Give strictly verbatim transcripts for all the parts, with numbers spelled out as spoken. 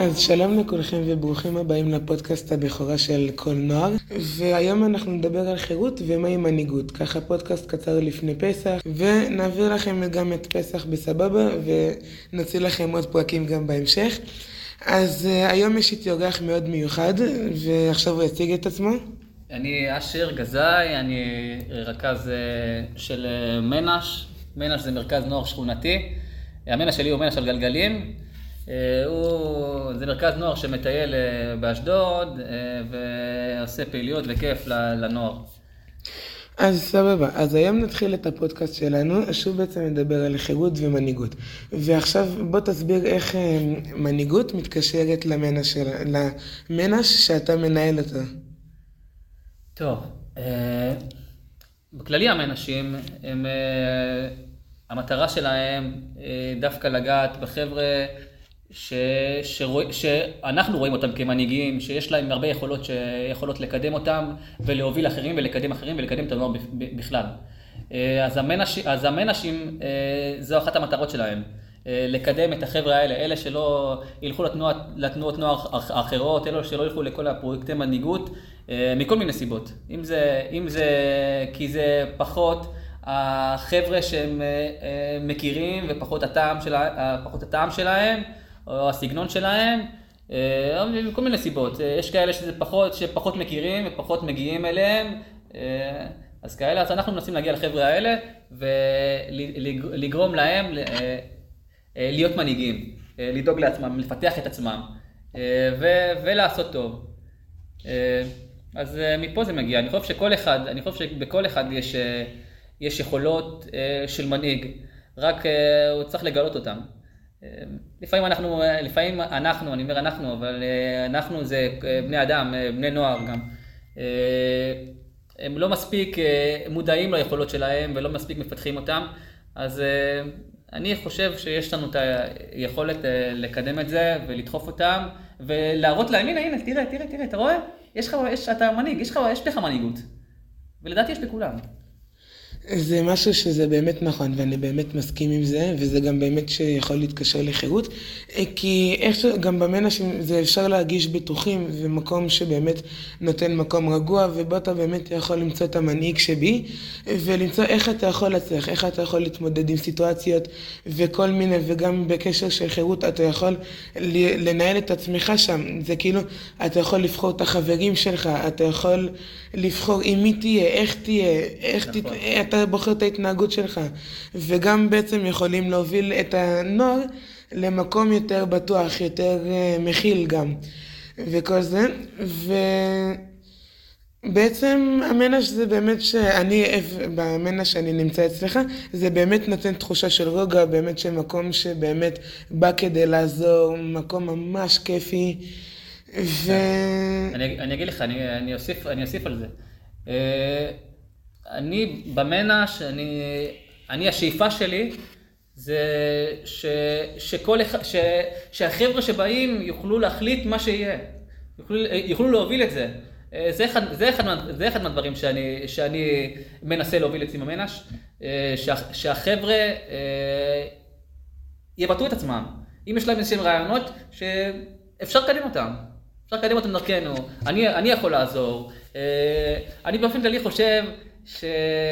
אז שלום לכולכם וברוכים הבאים לפודקאסט הבכורה של כל נוער, והיום אנחנו נדבר על חירות ומהי מנהיגות, ככה פודקאסט קצר לפני פסח, ונעביר לכם גם את פסח בסבבה ונוציא לכם עוד פרקים גם בהמשך. אז uh, היום יש איתי אורח מאוד מיוחד, ועכשיו הוא יציג את עצמו. אני אשר גזאי, אני רכז uh, של uh, מנש, מנש זה מרכז נוער שכונתי, המנש שלי הוא מנש על גלגלים, uh, הוא, זה מרכז נוער שמטייל uh, באשדוד uh, ועושה פעילויות וכיף לנוער. אז סבבה, אז היום נתחיל את הפודקאסט שלנו, שוב בעצם נדבר על חירות ומנהיגות. ועכשיו בוא תסביר איך מנהיגות מתקשרת למנש, של... למנש שאתה מנהל אותו. טוב, אה, בכללי המנשים, הם, אה, המטרה שלהם אה, דווקא לגעת בחבר'ה ש, שרוא, שאנחנו רואים אותם כמנהיגים, שיש להם הרבה יכולות שיכולות לקדם אותם ולהוביל אחרים ולקדם אחרים ולקדם את הנוער בכלל. אז המנש, אז המנשים, זו אחת המטרות שלהם, לקדם את החבר'ה האלה, אלה שלא ילכו לתנועות, לתנועות נוער אחרות, אלה שלא ילכו לכל הפרויקטי מנהיגות, מכל מיני סיבות. אם זה, אם זה כי זה פחות החבר'ה שהם מכירים ופחות הטעם שלה, פחות הטעם שלהם, או הסגנון שלהם, כל מיני סיבות. יש כאלה שזה פחות, שפחות מכירים ופחות מגיעים אליהם, אז כאלה, אז אנחנו מנסים להגיע לחבר'ה האלה ולגרום להם להיות מנהיגים, לדאוג לעצמם, לפתח את עצמם ולעשות טוב. אז מפה זה מגיע. אני חושב שכל אחד, אני חושב שבכל אחד יש, יש יכולות של מנהיג, רק הוא צריך לגלות אותם. לפעמים אנחנו, לפעמים אנחנו, אני אומר אנחנו, אבל אנחנו זה בני אדם, בני נוער גם. הם לא מספיק מודעים ליכולות שלהם ולא מספיק מפתחים אותם, אז אני חושב שיש לנו את היכולת לקדם את זה ולדחוף אותם ולהראות להם, הנה, הנה, תראה, תראה, תראה, אתה רואה? יש לך, יש, אתה מנהיג, יש לך, יש לך מנהיגות. ולדעתי יש בכולם. זה משהו שזה באמת נכון, ואני באמת מסכים עם זה, וזה גם באמת שיכול להתקשר לחירות, כי איך שגם במנש זה אפשר להרגיש בטוחים, ומקום שבאמת נותן מקום רגוע, ובו אתה באמת יכול למצוא את המנהיג שבי, ולמצוא איך אתה יכול להצליח, איך אתה יכול להתמודד עם סיטואציות, וכל מיני, וגם בקשר של חירות אתה יכול לנהל את עצמך שם, זה כאילו, אתה יכול לבחור את החברים שלך, אתה יכול לבחור עם מי תהיה, איך תהיה, איך נכון. תהיה, אתה בוחר את ההתנהגות שלך, וגם בעצם יכולים להוביל את הנוער למקום יותר בטוח, יותר uh, מכיל גם, וכל זה. ובעצם המנש זה באמת שאני, במנש שאני נמצא אצלך, זה באמת נותן תחושה של רוגע, באמת שמקום שבאמת בא כדי לעזור, מקום ממש כיפי. ו... אני, אני אגיד לך, אני, אני אוסיף, אני אוסיף על זה. אני במנש, אני, אני השאיפה שלי זה ש, שכל אחד, ש, שהחבר'ה שבאים יוכלו להחליט מה שיהיה, יוכלו, יוכלו להוביל את זה. זה אחד, זה אחד, זה אחד מהדברים שאני, שאני מנסה להוביל אצלי במנש, שה, שהחבר'ה יבטאו את עצמם. אם יש להם איזשהם רעיונות שאפשר לקדם אותם. אפשר לקדם אותם דרכנו, אני, אני יכול לעזור. אני באופן כללי חושב ש...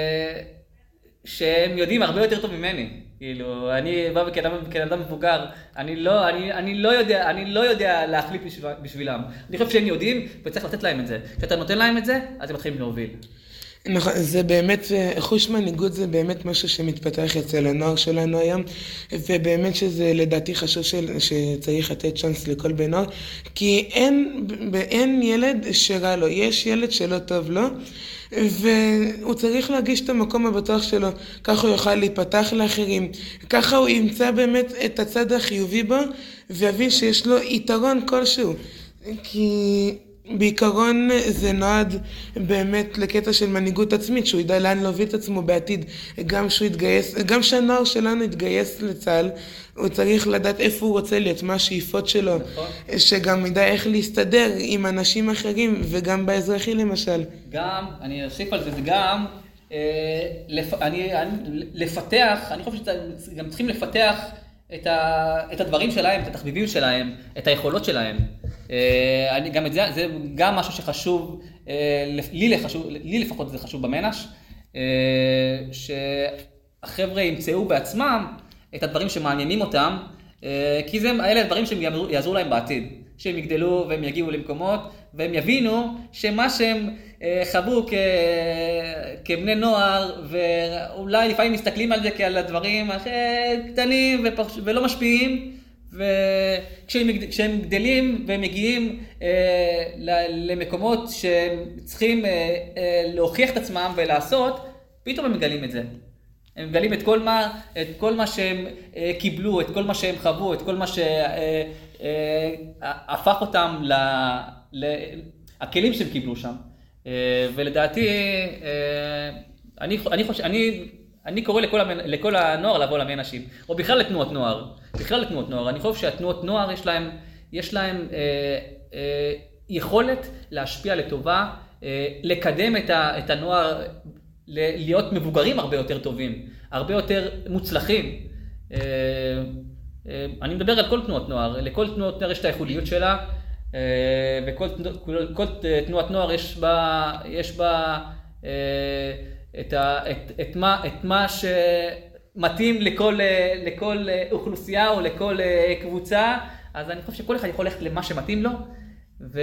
שהם יודעים הרבה יותר טוב ממני. כאילו, אני בא כאדם, כאדם מבוגר, אני לא, אני, אני לא יודע, אני לא יודע להחליט בשבילם. אני חושב שהם יודעים וצריך לתת להם את זה. כשאתה נותן להם את זה, אז הם מתחילים להוביל. נכון, זה באמת, חוש מנהיגות זה באמת משהו שמתפתח אצל הנוער שלנו היום, ובאמת שזה לדעתי חשוב של, שצריך לתת צ'אנס לכל בן נוער, כי אין, אין ילד שרע לו, יש ילד שלא טוב לו, והוא צריך להגיש את המקום הבטוח שלו, ככה הוא יוכל להיפתח לאחרים, ככה הוא ימצא באמת את הצד החיובי בו, ויבין שיש לו יתרון כלשהו, כי... בעיקרון זה נועד באמת לקטע של מנהיגות עצמית, שהוא ידע לאן להוביל את עצמו בעתיד, גם שהוא יתגייס, גם שהנוער שלנו יתגייס לצה"ל, הוא צריך לדעת איפה הוא רוצה להיות, מה השאיפות שלו, נכון. שגם ידע איך להסתדר עם אנשים אחרים, וגם באזרחי למשל. גם, אני אוסיף על זה, זה גם, אה, לפ, אני, אני, לפתח, אני חושב שגם צריכים לפתח את, ה, את הדברים שלהם, את התחביבים שלהם, את היכולות שלהם. אני, גם את זה, זה גם משהו שחשוב, לי, לחשוב, לי לפחות זה חשוב במנש, שהחבר'ה ימצאו בעצמם את הדברים שמעניינים אותם, כי זה, אלה הדברים שהם יעזרו להם בעתיד. שהם יגדלו והם יגיעו למקומות, והם יבינו שמה שהם חוו כ... כבני נוער, ואולי לפעמים מסתכלים על זה כעל הדברים קטנים ופרש... ולא משפיעים, וכשהם גדלים והם מגיעים למקומות שהם צריכים להוכיח את עצמם ולעשות, פתאום הם מגלים את זה. הם מגלים את כל מה, את כל מה שהם קיבלו, את כל מה שהם חוו, את כל מה שהפך אותם לכלים שהם קיבלו שם. ולדעתי, אני, אני חושב, אני, אני קורא לכל, לכל הנוער לבוא למנשים, או בכלל לתנועות נוער. בכלל לתנועות נוער. אני חושב שהתנועות נוער יש להם, יש להם אה, אה, יכולת להשפיע לטובה, אה, לקדם את, ה, את הנוער, להיות מבוגרים הרבה יותר טובים, הרבה יותר מוצלחים. אני מדבר על כל תנועת נוער, לכל תנועת נוער יש את הייחודיות שלה, וכל כל תנועת נוער יש בה, יש בה את, את, את, מה, את מה שמתאים לכל, לכל אוכלוסייה או לכל קבוצה, אז אני חושב שכל אחד יכול ללכת למה שמתאים לו, ו...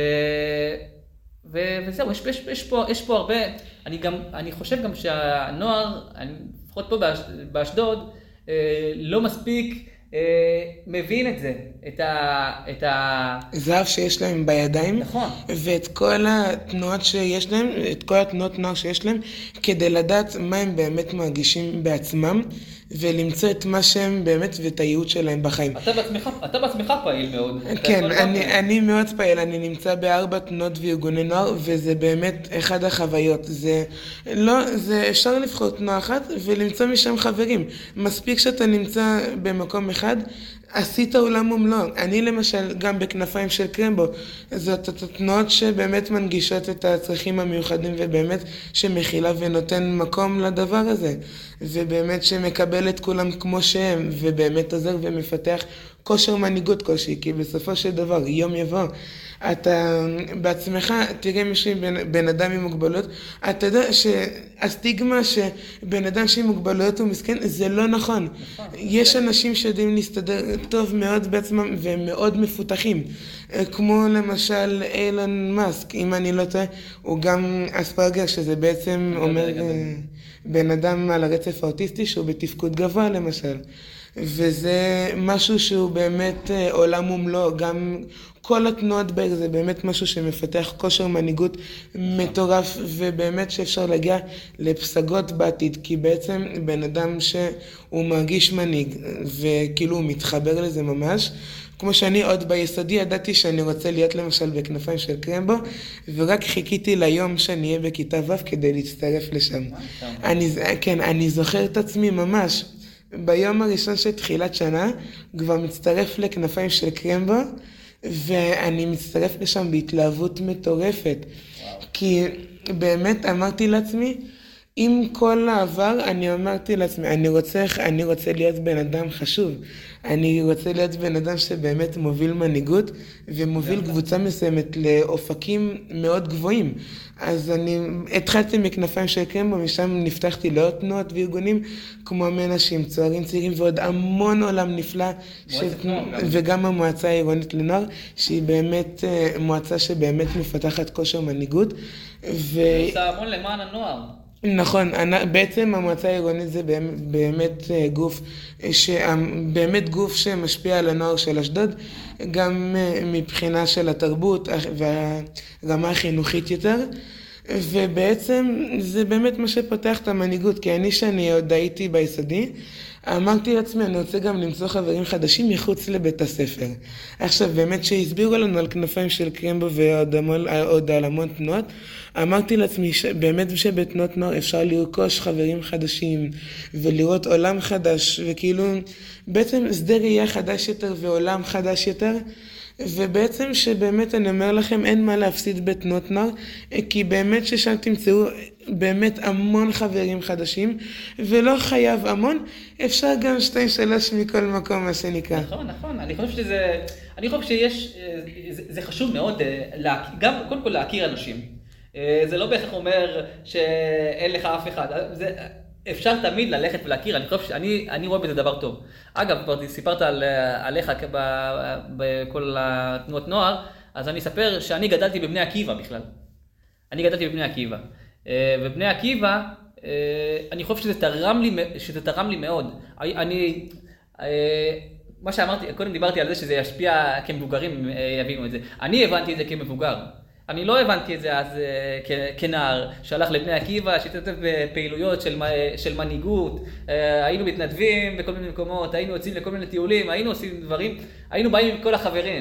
ו- וזהו, יש, יש, יש, פה, יש פה הרבה, אני, גם, אני חושב גם שהנוער, אני, לפחות פה באש, באשדוד, אה, לא מספיק אה, מבין את זה, את ה... את ה... זהב שיש להם בידיים, נכון. ואת כל התנועות שיש להם, את כל התנועות נוער שיש להם, כדי לדעת מה הם באמת מרגישים בעצמם, ולמצוא את מה שהם באמת ואת הייעוד שלהם בחיים. אתה בעצמך, אתה בעצמך פעיל מאוד. כן, אני, אני מאוד פעיל, אני נמצא בארבע תנועות וארגוני נוער, וזה באמת אחד החוויות. זה לא, זה אפשר לבחור תנועה אחת ולמצוא משם חברים. מספיק שאתה נמצא במקום אחד, עשית עולם ומלואו. אני למשל גם בכנפיים של קרמבו, זאת התנועות שבאמת מנגישות את הצרכים המיוחדים ובאמת שמכילה ונותן מקום לדבר הזה, ובאמת שמקבל את כולם כמו שהם, ובאמת עוזר ומפתח כושר מנהיגות כלשהי, כי בסופו של דבר יום יבוא אתה בעצמך תראה מישהו בן, בן אדם עם מוגבלות, אתה יודע שהסטיגמה שבן אדם שעם מוגבלויות הוא מסכן, זה לא נכון. יש אנשים שיודעים להסתדר טוב מאוד בעצמם והם מאוד מפותחים, כמו למשל אילון מאסק, אם אני לא טועה, הוא גם אספרגר, שזה בעצם אומר בן אדם על הרצף האוטיסטי שהוא בתפקוד גבוה למשל. וזה משהו שהוא באמת עולם ומלואו, גם כל התנועות בעיר זה באמת משהו שמפתח כושר מנהיגות מטורף, ובאמת שאפשר להגיע לפסגות בעתיד, כי בעצם בן אדם שהוא מרגיש מנהיג וכאילו הוא מתחבר לזה ממש, כמו שאני עוד ביסודי ידעתי שאני רוצה להיות למשל בכנפיים של קרמבו, ורק חיכיתי ליום שאני אהיה בכיתה ו' כדי להצטרף לשם. אני, כן, אני זוכר את עצמי ממש. ביום הראשון של תחילת שנה, כבר מצטרף לכנפיים של קרמבו, ואני מצטרף לשם בהתלהבות מטורפת. כי באמת אמרתי לעצמי, עם כל העבר, אני אמרתי לעצמי, אני רוצה, אני רוצה להיות בן אדם חשוב. אני רוצה להיות בן אדם שבאמת מוביל מנהיגות, ומוביל קבוצה מסוימת לאופקים מאוד גבוהים. אז אני התחלתי מכנפיים של קרמבו, משם נפתחתי לעוד תנועות וארגונים, כמו מנשים, צוערים צעירים, ועוד המון עולם נפלא, ש... וגם המועצה העירונית לנוער, שהיא באמת מועצה שבאמת מפתחת כושר מנהיגות. ו... עושה המון למען הנוער. נכון, בעצם המועצה העירונית זה באמת גוף, באמת גוף שמשפיע על הנוער של אשדוד, גם מבחינה של התרבות והרמה החינוכית יותר, ובעצם זה באמת מה שפותח את המנהיגות, כי אני שאני עוד הייתי ביסודי, אמרתי לעצמי, אני רוצה גם למצוא חברים חדשים מחוץ לבית הספר. עכשיו, באמת שהסבירו לנו על כנפיים של קרמבו ועוד על המון תנועות, אמרתי לעצמי, באמת שבתנועות נוער אפשר לרכוש חברים חדשים, ולראות עולם חדש, וכאילו, בעצם שדה ראייה חדש יותר ועולם חדש יותר, ובעצם שבאמת אני אומר לכם, אין מה להפסיד בתנועות נוער, כי באמת ששם תמצאו באמת המון חברים חדשים, ולא חייב המון, אפשר גם שתיים שלוש מכל מקום, מה שנקרא. נכון, נכון, אני חושב שזה, אני חושב שיש, זה, זה חשוב מאוד, לה, גם קודם כל להכיר אנשים. זה לא בהכרח אומר שאין לך אף אחד, זה, אפשר תמיד ללכת ולהכיר, אני חושב שאני, אני רואה בזה דבר טוב. אגב, כבר סיפרת על, עליך בכל התנועות נוער, אז אני אספר שאני גדלתי בבני עקיבא בכלל. אני גדלתי בבני עקיבא. ובני עקיבא, אני חושב שזה תרם לי, שזה תרם לי מאוד. אני, מה שאמרתי, קודם דיברתי על זה שזה ישפיע כמבוגרים, יבינו את זה. אני הבנתי את זה כמבוגר. אני לא הבנתי את זה אז כנער, שהלך לבני עקיבא, שהשתתף בפעילויות של, של מנהיגות, היינו מתנדבים בכל מיני מקומות, היינו יוצאים לכל מיני טיולים, היינו עושים דברים, היינו באים עם כל החברים.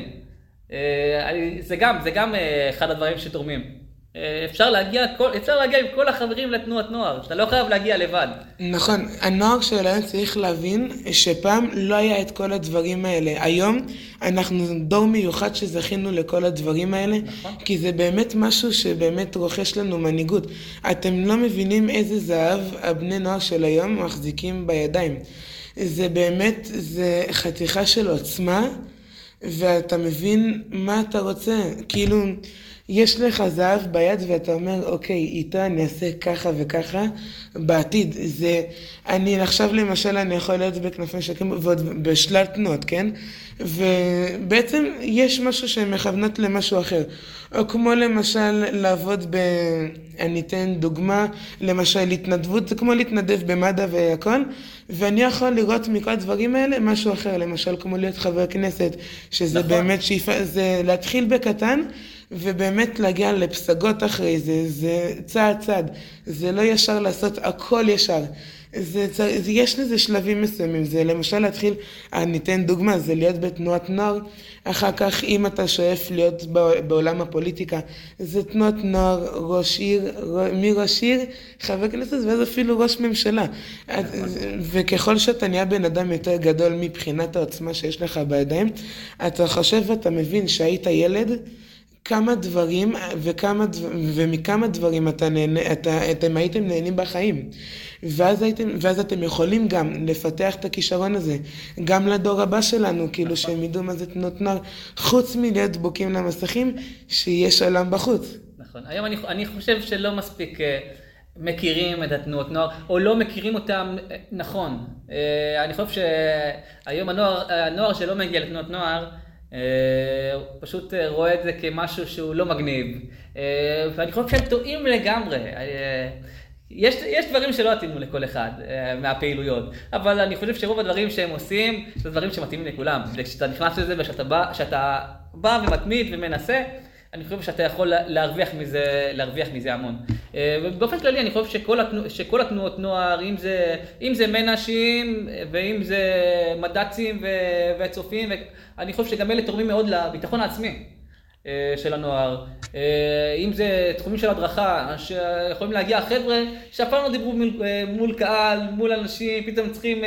זה גם, זה גם אחד הדברים שתורמים. אפשר להגיע, אפשר להגיע עם כל החברים לתנועת נוער, שאתה לא חייב להגיע לבד. נכון, הנוער שלנו צריך להבין שפעם לא היה את כל הדברים האלה. היום אנחנו דור מיוחד שזכינו לכל הדברים האלה, נכון. כי זה באמת משהו שבאמת רוכש לנו מנהיגות. אתם לא מבינים איזה זהב הבני נוער של היום מחזיקים בידיים. זה באמת, זה חתיכה של עוצמה, ואתה מבין מה אתה רוצה. כאילו, יש לך זהב ביד ואתה אומר, אוקיי, איתו אני אעשה ככה וככה בעתיד. זה, אני עכשיו למשל, אני יכול להיות בכנפים שקים ועוד בשלל תנועות, כן? ובעצם יש משהו שמכוונות למשהו אחר. או כמו למשל לעבוד ב... אני אתן דוגמה, למשל התנדבות, זה כמו להתנדב במד"א והכל, ואני יכול לראות מכל הדברים האלה משהו אחר, למשל כמו להיות חבר כנסת, שזה נכון. באמת שאיפה, זה להתחיל בקטן, ובאמת להגיע לפסגות אחרי זה, זה צעד צעד, זה לא ישר לעשות הכל ישר, זה, זה, יש לזה שלבים מסוימים, זה למשל להתחיל, אני אתן דוגמה, זה להיות בתנועת נוער, אחר כך אם אתה שואף להיות בעולם הפוליטיקה, זה תנועת נוער, ראש עיר, מראש עיר, חבר כנסת, ואז אפילו ראש ממשלה, וככל שאתה נהיה בן אדם יותר גדול מבחינת העוצמה שיש לך בידיים, אתה חושב ואתה מבין שהיית ילד, כמה דברים וכמה ומכמה דברים אתה נהנה, אתה, אתם הייתם נהנים בחיים. ואז הייתם, ואז אתם יכולים גם לפתח את הכישרון הזה, גם לדור הבא שלנו, כאילו שהם ידעו מה זה תנועות נוער, חוץ מלהיות בוקים למסכים, שיש עולם בחוץ. נכון. היום אני, אני חושב שלא מספיק מכירים את התנועות נוער, או לא מכירים אותם נכון. אני חושב שהיום הנוער, הנוער שלא מגיע לתנועות נוער, הוא פשוט רואה את זה כמשהו שהוא לא מגניב, ואני חושב שהם טועים לגמרי. יש, יש דברים שלא מתאימו לכל אחד מהפעילויות, אבל אני חושב שרוב הדברים שהם עושים זה דברים שמתאימים לכולם. וכשאתה נכנס לזה ושאתה בא, שאתה בא ומתמיד ומנסה, אני חושב שאתה יכול להרוויח מזה, להרוויח מזה המון. ובאופן כללי אני חושב שכל, התנוע, שכל התנועות נוער, אם זה, אם זה מנשים ואם זה מדצים וצופים, אני חושב שגם אלה תורמים מאוד לביטחון העצמי של הנוער. אם זה תחומים של הדרכה, שיכולים להגיע חבר'ה שאף פעם לא דיברו מול קהל, מול אנשים, פתאום צריכים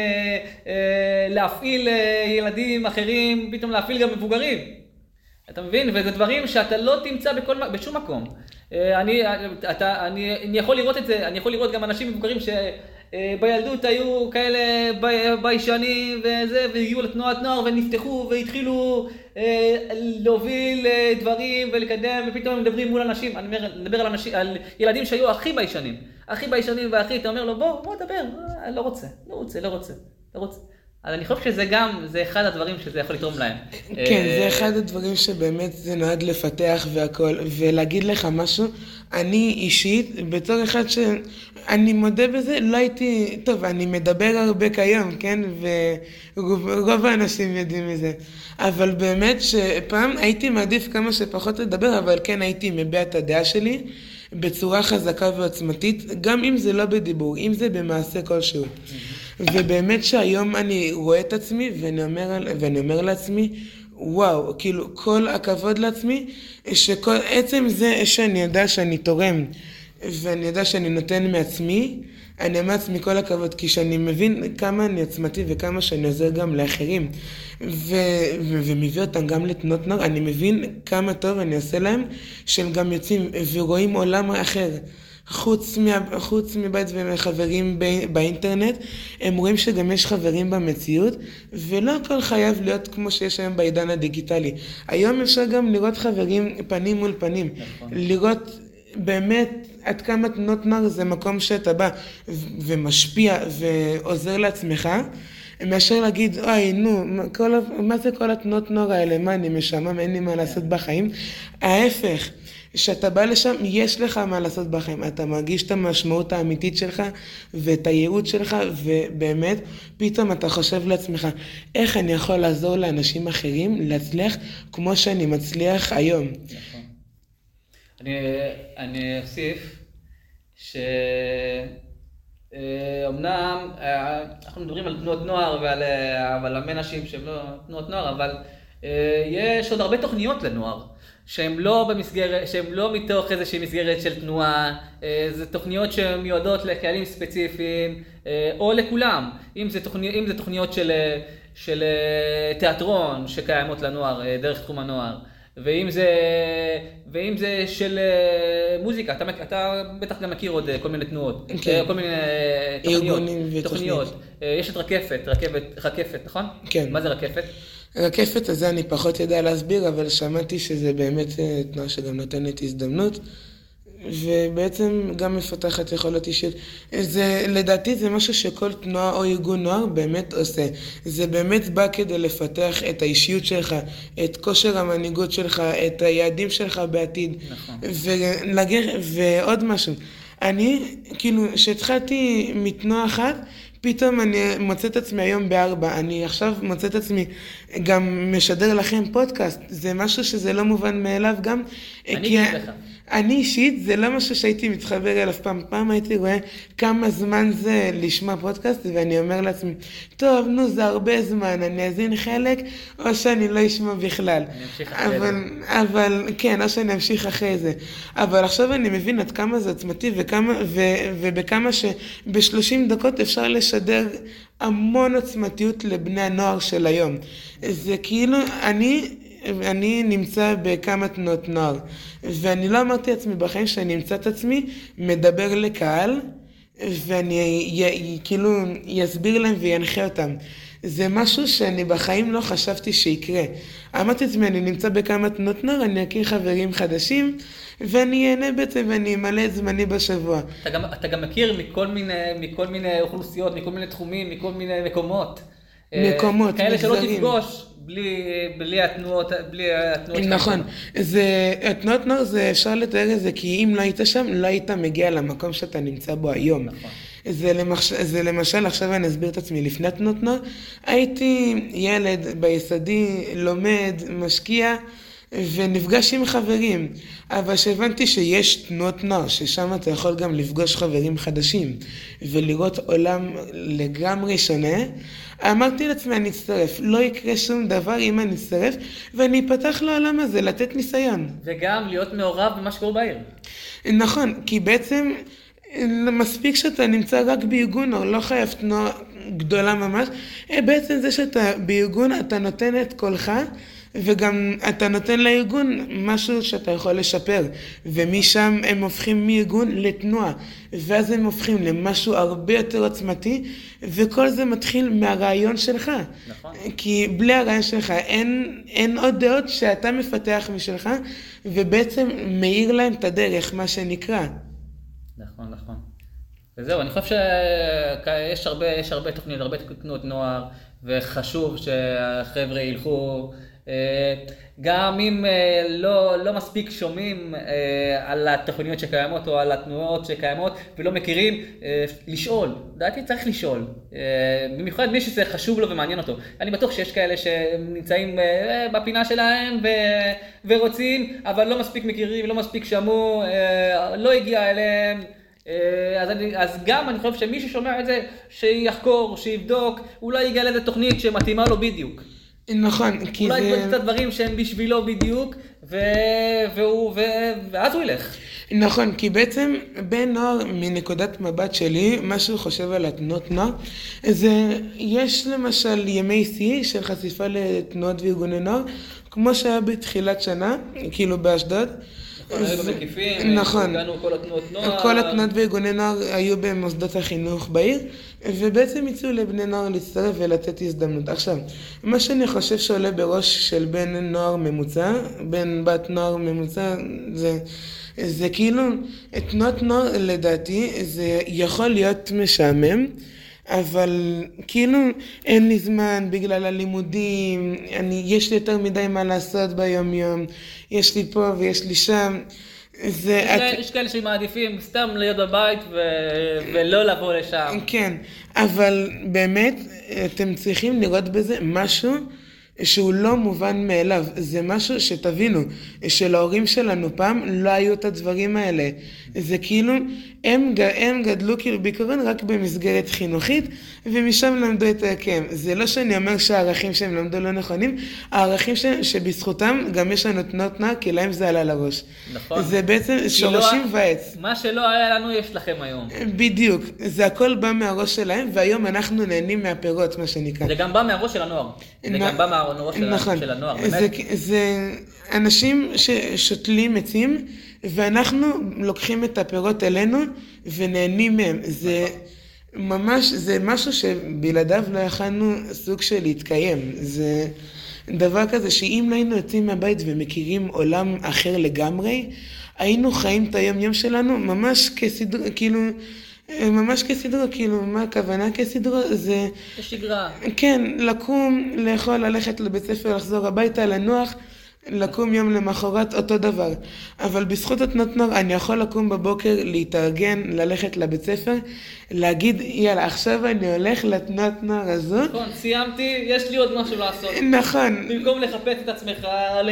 להפעיל ילדים אחרים, פתאום להפעיל גם מבוגרים. אתה מבין? וזה דברים שאתה לא תמצא בכל, בשום מקום. אני, אתה, אני, אני יכול לראות את זה, אני יכול לראות גם אנשים מבוגרים שבילדות היו כאלה ביישנים וזה, והגיעו לתנועת נוער ונפתחו והתחילו להוביל דברים ולקדם, ופתאום הם מדברים מול אנשים. אני מדבר על, אנשים, על ילדים שהיו הכי ביישנים, הכי ביישנים והכי, אתה אומר לו, בוא, בוא דבר, לא רוצה, לא רוצה, לא רוצה, לא רוצה. אז אני חושב שזה גם, זה אחד הדברים שזה יכול לתרום להם. כן, זה אחד הדברים שבאמת זה נועד לפתח והכל, ולהגיד לך משהו, אני אישית, בתור אחד שאני מודה בזה, לא הייתי, טוב, אני מדבר הרבה כיום, כן, ורוב האנשים יודעים מזה, אבל באמת שפעם הייתי מעדיף כמה שפחות לדבר, אבל כן הייתי מביע את הדעה שלי, בצורה חזקה ועצמתית, גם אם זה לא בדיבור, אם זה במעשה כלשהו. ובאמת שהיום אני רואה את עצמי ואני אומר, ואני אומר לעצמי, וואו, כאילו כל הכבוד לעצמי, שכל עצם זה שאני יודע שאני תורם, ואני יודע שאני נותן מעצמי, אני אומר לעצמי כל הכבוד, כי שאני מבין כמה אני עצמתי וכמה שאני עוזר גם לאחרים, ו- ו- ומביא אותם גם לתנועות נוער, אני מבין כמה טוב אני עושה להם, שהם גם יוצאים ורואים עולם אחר. חוץ, מה, חוץ מבית ומחברים ב- באינטרנט, הם רואים שגם יש חברים במציאות, ולא הכל חייב להיות כמו שיש היום בעידן הדיגיטלי. היום אפשר גם לראות חברים פנים מול פנים, נכון. לראות באמת עד כמה תנועות נוער זה מקום שאתה בא ו- ומשפיע ועוזר לעצמך, מאשר להגיד, אוי, נו, מה, כל, ה- מה זה כל התנועות נוער האלה? מה, אני משעמם, אין לי מה לעשות בחיים? ההפך, כשאתה בא לשם, יש לך מה לעשות בחיים. אתה מרגיש את המשמעות האמיתית שלך ואת הייעוד שלך, ובאמת, פתאום אתה חושב לעצמך, איך אני יכול לעזור לאנשים אחרים להצליח כמו שאני מצליח היום. נכון. אני, אני אוסיף ש... אמנם אנחנו מדברים על תנועות נוער ועל, ועל הרבה נשים שהן לא תנועות נוער, אבל יש עוד הרבה תוכניות לנוער שהן לא במסגרת, שהן לא מתוך איזושהי מסגרת של תנועה, זה תוכניות שמיועדות לקהלים ספציפיים או לכולם, אם זה תוכניות, אם זה תוכניות של, של תיאטרון שקיימות לנוער דרך תחום הנוער, ואם זה, ואם זה של מוזיקה, אתה, אתה בטח גם מכיר עוד כל מיני תנועות, כן. כל מיני תוכניות, תוכניות. יש את רקפת, רכבת, רקפת, נכון? כן. מה זה רקפת? רקפת הזה אני פחות יודע להסביר, אבל שמעתי שזה באמת תנועה שגם נותנת הזדמנות, ובעצם גם מפתחת יכולות אישיות. זה, לדעתי זה משהו שכל תנועה או ארגון נוער באמת עושה. זה באמת בא כדי לפתח את האישיות שלך, את כושר המנהיגות שלך, את היעדים שלך בעתיד. נכון. ולגר, ועוד משהו. אני, כאילו, שהתחלתי מתנועה אחת, פתאום אני מוצא את עצמי היום בארבע, אני עכשיו מוצא את עצמי גם משדר לכם פודקאסט, זה משהו שזה לא מובן מאליו גם. אני גאה לך. אני אישית, זה לא משהו שהייתי מתחבר אליו פעם, פעם הייתי רואה כמה זמן זה לשמוע פודקאסט, ואני אומר לעצמי, טוב, נו, זה הרבה זמן, אני אזין חלק, או שאני לא אשמע בכלל. אני אמשיך אחרי אבל, זה. אבל, כן, או שאני אמשיך אחרי זה. אבל עכשיו אני מבין עד כמה זה עצמתי, וכמה, ו, ובכמה שב-שלושים דקות אפשר לשדר המון עצמתיות לבני הנוער של היום. זה כאילו, אני... אני נמצא בכמה תנועות נוער, ואני לא אמרתי לעצמי בחיים שאני אמצא את עצמי מדבר לקהל, ואני י, י, כאילו יסביר להם וינחה אותם. זה משהו שאני בחיים לא חשבתי שיקרה. אמרתי לעצמי, אני נמצא בכמה תנועות נוער, אני אכיר חברים חדשים, ואני אהנה בעצם ואני אמלא את זמני בשבוע. אתה גם, אתה גם מכיר מכל מיני, מכל מיני אוכלוסיות, מכל מיני תחומים, מכל מיני מקומות. מקומות, כאלה שלא מגזרים. תפגוש בלי, בלי התנועות, בלי התנועות שלך. נכון, זה, התנועות נוער זה אפשר לתאר את זה, כי אם לא היית שם, לא היית מגיע למקום שאתה נמצא בו היום. נכון. זה, למש, זה למשל, עכשיו אני אסביר את עצמי, לפני התנועות נוער, הייתי ילד ביסודי, לומד, משקיע, ונפגש עם חברים, אבל שהבנתי שיש תנועות נוער, ששם אתה יכול גם לפגוש חברים חדשים, ולראות עולם לגמרי שונה, אמרתי לעצמי, אני אצטרף, לא יקרה שום דבר אם אני אצטרף, ואני אפתח לעולם הזה, לתת ניסיון. וגם להיות מעורב במה שקורה בעיר. נכון, כי בעצם מספיק שאתה נמצא רק בארגון, או לא חייב תנועה גדולה ממש, בעצם זה שאתה בארגון, אתה נותן את קולך, וגם אתה נותן לארגון משהו שאתה יכול לשפר, ומשם הם הופכים מארגון לתנועה, ואז הם הופכים למשהו הרבה יותר עוצמתי, וכל זה מתחיל מהרעיון שלך. נכון. כי בלי הרעיון שלך אין, אין עוד דעות שאתה מפתח משלך, ובעצם מאיר להם את הדרך, מה שנקרא. נכון, נכון. וזהו, אני חושב שיש הרבה, יש הרבה תוכניות, הרבה תנועות נוער, וחשוב שהחבר'ה ילכו, גם אם לא, לא מספיק שומעים על התוכניות שקיימות או על התנועות שקיימות ולא מכירים, לשאול. דעתי צריך לשאול. במיוחד מי שזה חשוב לו ומעניין אותו. אני בטוח שיש כאלה שנמצאים בפינה שלהם ו- ורוצים, אבל לא מספיק מכירים, לא מספיק שמעו, לא הגיע אליהם. אז, אני, אז גם אני חושב שמי ששומע את זה, שיחקור, שיבדוק, אולי יגיע לאיזה תוכנית שמתאימה לו בדיוק. נכון, כי אולי זה... אולי קצת דברים שהם בשבילו בדיוק, ו... והוא... ו... ואז הוא ילך. נכון, כי בעצם בן נוער מנקודת מבט שלי, מה שהוא חושב על התנועות נוער, זה יש למשל ימי שיא של חשיפה לתנועות וארגוני נוער, כמו שהיה בתחילת שנה, כאילו באשדוד, היו במקיפים, נכון. הגענו כל התנועות נוער. כל התנועות וארגוני נוער היו במוסדות החינוך בעיר, ובעצם הציעו לבני נוער להצטרף ולתת הזדמנות. עכשיו, מה שאני חושב שעולה בראש של בן נוער ממוצע, בן בת נוער ממוצע, זה, זה כאילו, תנועות נוער לדעתי, זה יכול להיות משעמם, אבל כאילו אין לי זמן בגלל הלימודים, אני, יש לי יותר מדי מה לעשות ביום יום, יש לי פה ויש לי שם. זה, יש, את... יש כאלה שמעדיפים סתם להיות בבית ו... ולא לבוא לשם. כן, אבל באמת אתם צריכים לראות בזה משהו שהוא לא מובן מאליו. זה משהו שתבינו, שלהורים שלנו פעם לא היו את הדברים האלה. זה כאילו, הם, הם גדלו כאילו בעיקרון רק במסגרת חינוכית, ומשם למדו את העקם. זה לא שאני אומר שהערכים שהם למדו לא נכונים, הערכים ש, שבזכותם גם יש לנו תנועות נוער, כי להם זה עלה לראש. נכון. זה בעצם שורשים לא, ועץ. מה שלא היה לנו יש לכם היום. בדיוק. זה הכל בא מהראש שלהם, והיום אנחנו נהנים מהפירות, מה שנקרא. זה גם בא מהראש של הנוער. זה נ... גם בא מהראש של, נכון. של הנוער. זה, זה אנשים ששותלים עצים, ואנחנו לוקחים את הפירות אלינו ונהנים מהם. זה ממש, זה משהו שבלעדיו לא יכלנו סוג של להתקיים. זה דבר כזה שאם לא היינו יוצאים מהבית ומכירים עולם אחר לגמרי, היינו חיים את היום יום שלנו ממש כסדרו, כאילו, ממש כסדרו, כאילו, מה הכוונה כסדרו? זה... כשגרה. כן, לקום, לאכול, ללכת לבית ספר, לחזור הביתה, לנוח, לקום יום למחרת, אותו דבר. אבל בזכות התנועות נוער, אני יכול לקום בבוקר, להתארגן, ללכת לבית ספר, להגיד, יאללה, עכשיו אני הולך לתנועות נוער הזו. נכון, סיימתי, יש לי עוד משהו לעשות. נכון. במקום לחפש את עצמך,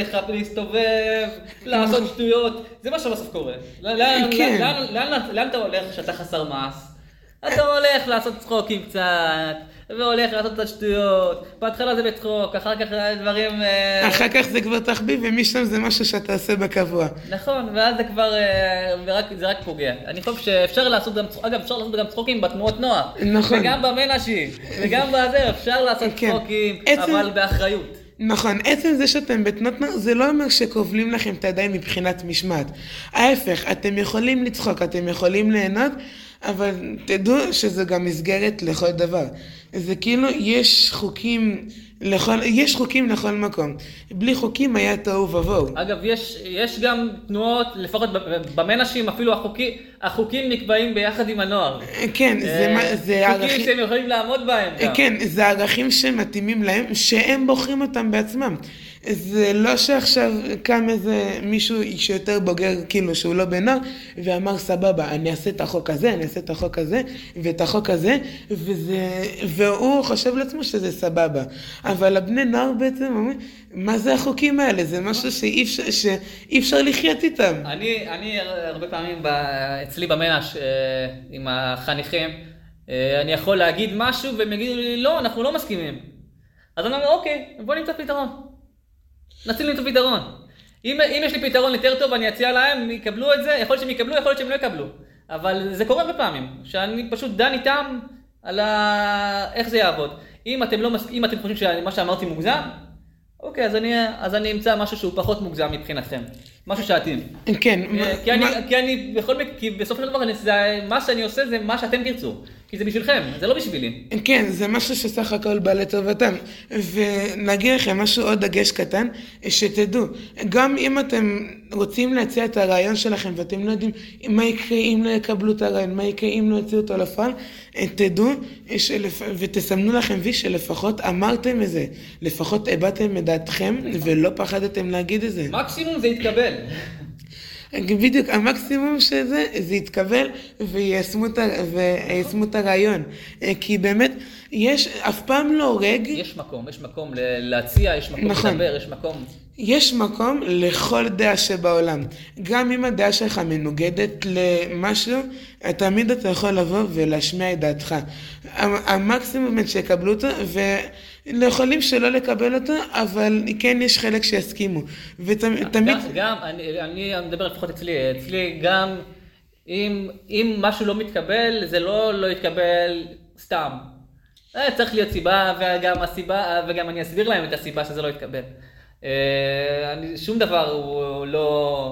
להסתובב, לעשות שטויות, זה מה שבסוף קורה. לאן, כן. לאן, לאן, לאן אתה הולך כשאתה חסר מעש? אתה הולך לעשות צחוקים קצת, והולך לעשות את השטויות, בהתחלה זה בצחוק, אחר כך דברים... אחר כך זה כבר תחביב, ומשם זה משהו שאתה עושה בקבוע. נכון, ואז זה כבר, ורק, זה רק פוגע. אני חושב שאפשר לעשות גם, אגב, אפשר לעשות גם צחוקים בתנועות נוער. נכון. וגם במנשי, וגם בזה, אפשר לעשות כן. צחוקים, עצם... אבל באחריות. נכון, עצם זה שאתם בתנועות נוער, זה לא אומר שכובלים לכם את הידיים מבחינת משמעת. ההפך, אתם יכולים לצחוק, אתם יכולים ליהנות, אבל תדעו שזה גם מסגרת לכל דבר. זה כאילו, יש חוקים לכל, יש חוקים לכל מקום. בלי חוקים היה תוהו ובוהו. אגב, יש, יש גם תנועות, לפחות במנשים, אפילו החוקים, החוקים נקבעים ביחד עם הנוער. כן, זה, זה חוקים ערכים... שהם יכולים לעמוד בהם גם. כן, זה ערכים שמתאימים להם, שהם בוחרים אותם בעצמם. זה לא שעכשיו קם איזה מישהו שיותר בוגר, כאילו שהוא לא בן נוער, ואמר סבבה, אני אעשה את החוק הזה, אני אעשה את החוק הזה, ואת החוק הזה, וזה, והוא חושב לעצמו שזה סבבה. אבל הבני נוער בעצם אומרים, מה זה החוקים האלה? זה משהו שאי אפשר, שאי אפשר לחיות איתם. אני, אני הרבה פעמים אצלי במנש עם החניכים, אני יכול להגיד משהו והם יגידו לי, לא, אנחנו לא מסכימים. אז אני אומר, אוקיי, בוא נמצא פתרון. נציל למצוא פתרון. אם, אם יש לי פתרון יותר טוב, אני אציע להם, יקבלו את זה, יכול להיות שהם יקבלו, יכול להיות שהם לא יקבלו. אבל זה קורה בפעמים, שאני פשוט דן איתם על ה... איך זה יעבוד. אם אתם, לא מס... אם אתם חושבים שמה שאמרתי מוגזם, אוקיי, אז אני, אז אני אמצא משהו שהוא פחות מוגזם מבחינתכם. משהו שעתים. כן. כי אני, כי אני, בכל מקרה, כי בסופו של דבר, מה שאני עושה זה מה שאתם תרצו. כי זה בשבילכם, זה לא בשבילי. כן, זה משהו שסך הכל בא לטובתם. ונגיד לכם משהו עוד דגש קטן, שתדעו, גם אם אתם רוצים להציע את הרעיון שלכם, ואתם לא יודעים מה יקרה אם לא יקבלו את הרעיון, מה יקרה אם לא יוציאו אותו לפעל, תדעו שלפ... ותסמנו לכם וי שלפחות אמרתם את זה, לפחות הבאתם את דעתכם, ולא פחדתם להגיד את זה. מקסימום זה יתקבל. בדיוק, המקסימום שזה, זה יתקבל ויישמו את הרעיון. כי באמת, יש, אף פעם לא הורג. יש מקום, יש מקום להציע, יש מקום נכון. לדבר, יש מקום. יש מקום לכל דעה שבעולם. גם אם הדעה שלך מנוגדת למשהו, תמיד אתה יכול לבוא ולהשמיע את דעתך. המקסימום שיקבלו אותו, ויכולים שלא לקבל אותו, אבל כן יש חלק שיסכימו. ותמיד... גם, גם אני, אני מדבר לפחות אצלי, אצלי גם, אם, אם משהו לא מתקבל, זה לא לא יתקבל סתם. צריך להיות סיבה, וגם הסיבה, וגם אני אסביר להם את הסיבה שזה לא יתקבל. אני, שום דבר הוא לא,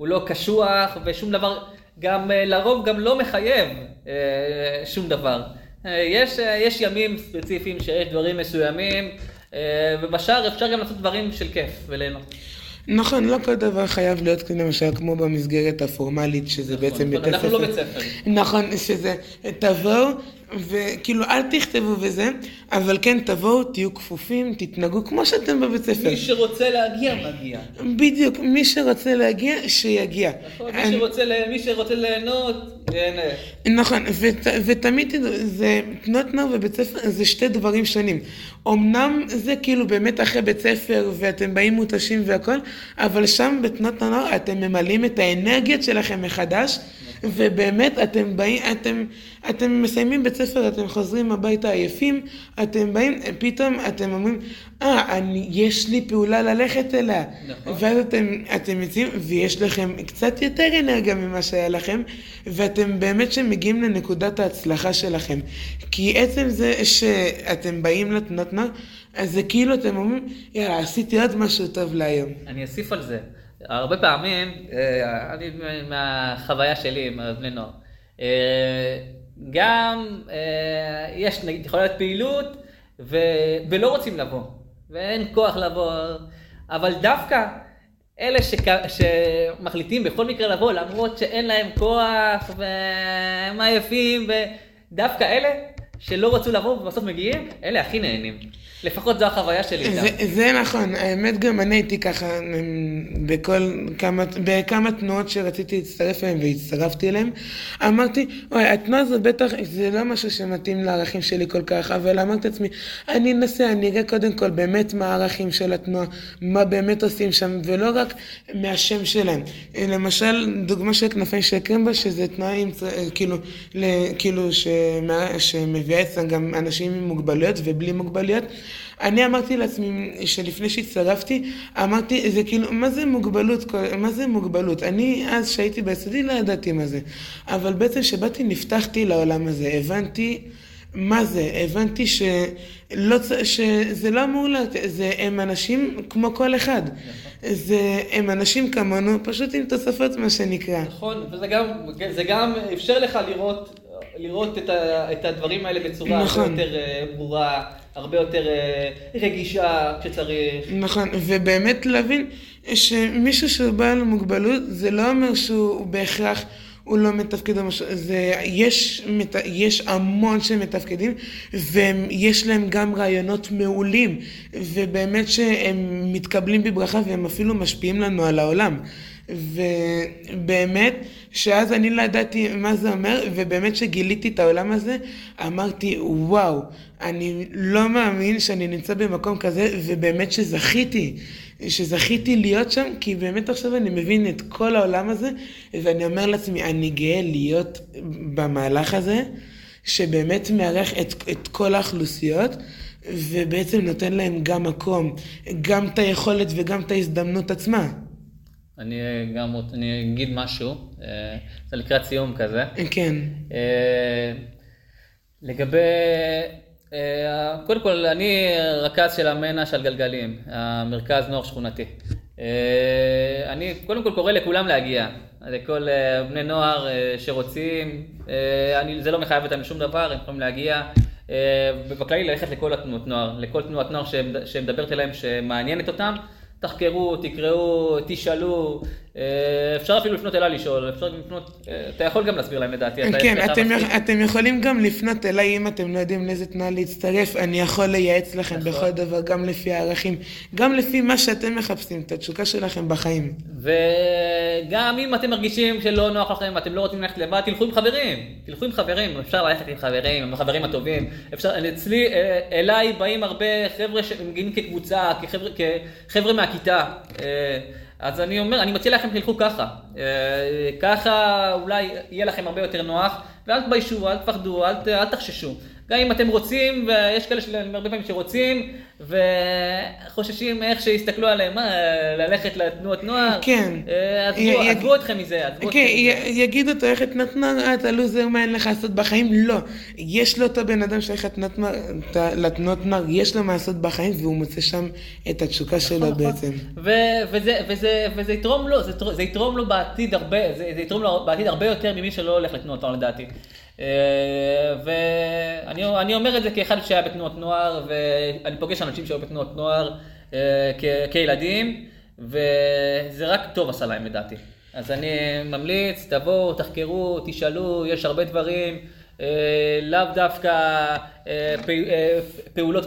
הוא לא קשוח ושום דבר, גם לרוב גם לא מחייב שום דבר. יש, יש ימים ספציפיים שיש דברים מסוימים, ובשאר אפשר גם לעשות דברים של כיף וליהנות. נכון, לא כל דבר חייב להיות למשל כמו במסגרת הפורמלית, שזה נכון, בעצם נכון, בית אנחנו הספר. לא בית ספר. נכון, שזה תבואו, וכאילו אל תכתבו וזה, אבל כן תבואו, תהיו כפופים, תתנהגו כמו שאתם בבית ספר. מי שרוצה להגיע, מגיע. בדיוק, מי שרוצה להגיע, שיגיע. נכון, מי שרוצה, מי שרוצה ליהנות, ייהנה. נכון, ות, ותמיד תדעו, זה תנועות נוער ובית ספר, זה שתי דברים שונים. אמנם זה כאילו באמת אחרי בית ספר, ואתם באים מותשים והכל, אבל שם בתנועות הנוער אתם ממלאים את האנרגיות שלכם מחדש, ובאמת אתם באים, אתם, אתם מסיימים בית ספר, אתם חוזרים הביתה עייפים, אתם באים, פתאום אתם אומרים, אה, אני, יש לי פעולה ללכת אליה. נכון. ואז אתם, אתם יוצאים, ויש לכם קצת יותר אנרגיה ממה שהיה לכם, ואתם באמת שמגיעים לנקודת ההצלחה שלכם. כי עצם זה שאתם באים לתנועות נוער, אז זה כאילו אתם אומרים, יאללה, עשיתי עוד משהו טוב להיום. אני אוסיף על זה. הרבה פעמים, אני מהחוויה שלי עם בני נוער, גם יש, יכולה להיות פעילות ולא רוצים לבוא, ואין כוח לבוא, אבל דווקא אלה שמחליטים בכל מקרה לבוא, למרות שאין להם כוח והם עייפים, ודווקא אלה שלא רצו לבוא ובסוף מגיעים, אלה הכי נהנים. לפחות זו החוויה שלי איתם. זה, זה נכון, האמת גם אני הייתי ככה בכל כמה, בכמה תנועות שרציתי להצטרף אליהם והצטרפתי אליהם. אמרתי, אוי, התנועה זו בטח, זה לא משהו שמתאים לערכים שלי כל כך, אבל אמרתי לעצמי, אני אנסה, אני אראה קודם כל באמת מה הערכים של התנועה, מה באמת עושים שם, ולא רק מהשם שלהם. למשל, דוגמה של כנפיים של קרמבה, שזה תנועה עם, כאילו, כאילו שמביאה אצלם גם אנשים עם מוגבלויות ובלי מוגבלויות. אני אמרתי לעצמי שלפני שהצטרפתי, אמרתי, זה כאילו, מה זה מוגבלות? מה זה מוגבלות? אני אז שהייתי ביסודי לא ידעתי מה זה. אבל בעצם שבאתי נפתחתי לעולם הזה, הבנתי מה זה, הבנתי שלא, שזה לא אמור להיות, זה הם אנשים כמו כל אחד. זה הם אנשים כמונו, פשוט עם תוספות מה שנקרא. נכון, וזה גם, זה גם אפשר לך לראות, לראות את, ה, את הדברים האלה בצורה נכון. הרבה יותר ברורה, הרבה יותר רגישה כשצריך. נכון, ובאמת להבין שמישהו שבא למוגבלות, זה לא אומר שהוא בהכרח, הוא לא מתפקד או משהו, זה, יש, יש המון שמתפקדים, ויש להם גם רעיונות מעולים, ובאמת שהם מתקבלים בברכה, והם אפילו משפיעים לנו על העולם. ובאמת שאז אני לא ידעתי מה זה אומר, ובאמת שגיליתי את העולם הזה, אמרתי וואו, אני לא מאמין שאני נמצא במקום כזה, ובאמת שזכיתי, שזכיתי להיות שם, כי באמת עכשיו אני מבין את כל העולם הזה, ואני אומר לעצמי, אני גאה להיות במהלך הזה, שבאמת מערך את, את כל האוכלוסיות, ובעצם נותן להם גם מקום, גם את היכולת וגם את ההזדמנות עצמה. אני גם אני אגיד משהו, זה לקראת סיום כזה. כן. לגבי, קודם כל אני רכז של המנע של גלגלים, המרכז נוער שכונתי. אני קודם כל קורא לכולם להגיע, לכל בני נוער שרוצים, אני, זה לא מחייב אותם לשום דבר, הם יכולים להגיע. ובכללי ללכת לכל התנועות נוער, לכל תנועת נוער שמדברת אליהם שמעניינת אותם. תחקרו, תקראו, תשאלו, אפשר אפילו לפנות אליי לשאול, אפשר לפנות, אתה יכול גם להסביר להם לדעתי. כן, אתם, אתם יכולים גם לפנות אליי אם אתם לא יודעים לאיזה תנועה להצטרף, אני יכול לייעץ לכם נכון. בכל דבר, גם לפי הערכים, גם לפי מה שאתם מחפשים, את התשוקה שלכם בחיים. וגם אם אתם מרגישים שלא נוח לכם, אתם לא רוצים ללכת לבד, תלכו עם חברים, תלכו עם חברים, אפשר ללכת עם חברים, עם החברים הטובים, אפשר, אצלי, אליי באים הרבה חבר'ה שמגיעים כקבוצה, כחבר'ה, כחבר'ה מהכיתה, אז אני אומר, אני מציע לכם תלכו ככה, ככה אולי יהיה לכם הרבה יותר נוח, ואל תביישו, אל תפחדו, אל, אל תחששו. גם אם אתם רוצים, ויש כאלה הרבה פעמים שרוצים, וחוששים איך שיסתכלו עליהם, מה, ללכת לתנועות נוער? כן. עזבו, עזבו אתכם מזה, עזבו כן, אתכם מזה. יגידו אותו איך תנועות נוער, אתה לוזר, מה אין לך לעשות בחיים? לא. יש לו אותו בן אדם שהולך לתנועות נוער, יש לו מה לעשות בחיים, והוא מוצא שם את התשוקה שלו בעצם. וזה יתרום לו, זה יתרום לו בעתיד הרבה, זה יתרום לו בעתיד הרבה יותר ממי שלא הולך לתנועות נוער לדעתי. ואני אומר את זה כאחד שהיה בתנועות נוער, ואני פוגש אנשים שהיו בתנועות נוער כילדים, וזה רק טוב עשה להם לדעתי. אז אני ממליץ, תבואו, תחקרו, תשאלו, יש הרבה דברים, לאו דווקא פעולות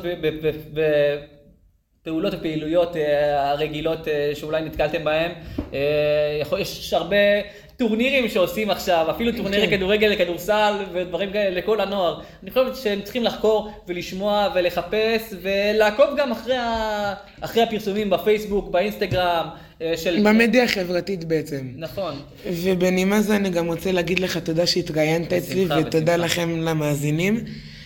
פעולות ופעילויות הרגילות שאולי נתקלתם בהם. יש הרבה טורנירים שעושים עכשיו, אפילו טורנירי כדורגל לכדורסל ודברים כאלה לכל הנוער. אני חושב שהם צריכים לחקור ולשמוע ולחפש ולעקוב גם אחרי, ה... אחרי הפרסומים בפייסבוק, באינסטגרם. של... במדיה החברתית בעצם. נכון. ובנימה זו אני גם רוצה להגיד לך תודה שהתראיינת אצלי ותודה לכם למאזינים.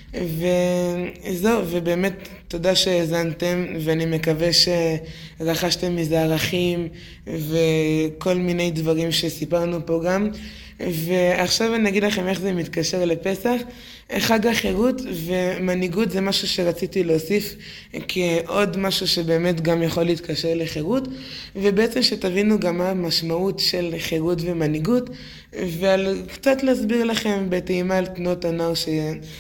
וזהו, ובאמת תודה שהאזנתם, ואני מקווה שרכשתם מזה ערכים וכל מיני דברים שסיפרנו פה גם. ועכשיו אני אגיד לכם איך זה מתקשר לפסח. חג החירות ומנהיגות זה משהו שרציתי להוסיף כעוד משהו שבאמת גם יכול להתקשר לחירות, ובעצם שתבינו גם מה המשמעות של חירות ומנהיגות, וקצת להסביר לכם בטעימה על תנועות הנוער ש...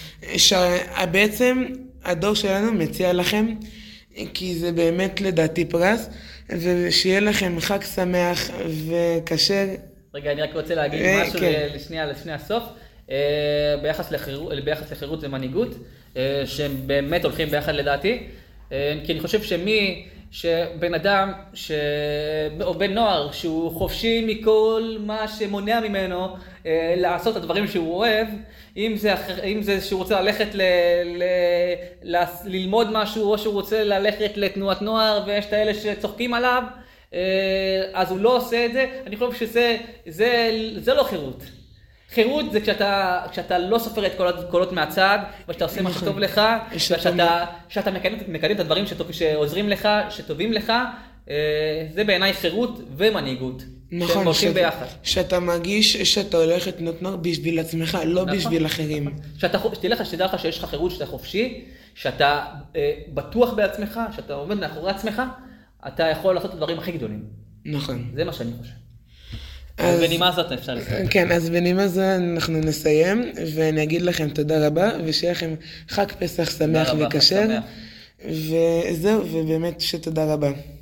שבעצם הדור שלנו מציע לכם, כי זה באמת לדעתי פרס, ושיהיה לכם חג שמח וקשר. רגע, אני רק רוצה להגיד משהו לשנייה, לשנייה הסוף. ביחס לחירות, ביחס לחירות ומנהיגות, שהם באמת הולכים ביחד לדעתי, כי אני חושב שמי, שבן אדם, ש... או בן נוער, שהוא חופשי מכל מה שמונע ממנו לעשות את הדברים שהוא אוהב, אם זה, אם זה שהוא רוצה ללכת ל... ל... ל... ללמוד משהו, או שהוא רוצה ללכת לתנועת נוער, ויש את האלה שצוחקים עליו, אז הוא לא עושה את זה. אני חושב שזה זה, זה לא חירות. חירות זה כשאתה, כשאתה לא סופר את כל הקולות מהצד, ושאתה עושה מה שטוב לך, ושאתה, שאתה מקדם, מקדם את הדברים שטוב, שעוזרים לך, שטובים לך, זה בעיניי חירות ומנהיגות. נכון, שאת, שאתה מרגיש שאתה הולך לתנועות נוער בשביל עצמך, לא נכון. בשביל אחרים. שאתה, שתלך, שתדע לך שיש לך חירות, שאתה חופשי, שאתה אה, בטוח בעצמך, שאתה עומד מאחורי עצמך, אתה יכול לעשות את הדברים הכי גדולים. נכון. זה מה שאני חושב. אז בנימה זאת אפשר לסיים. כן, אז בנימה זו אנחנו נסיים, ואני אגיד לכם תודה רבה, ושיהיה לכם חג פסח שמח וקשר. וזהו, ובאמת שתודה רבה.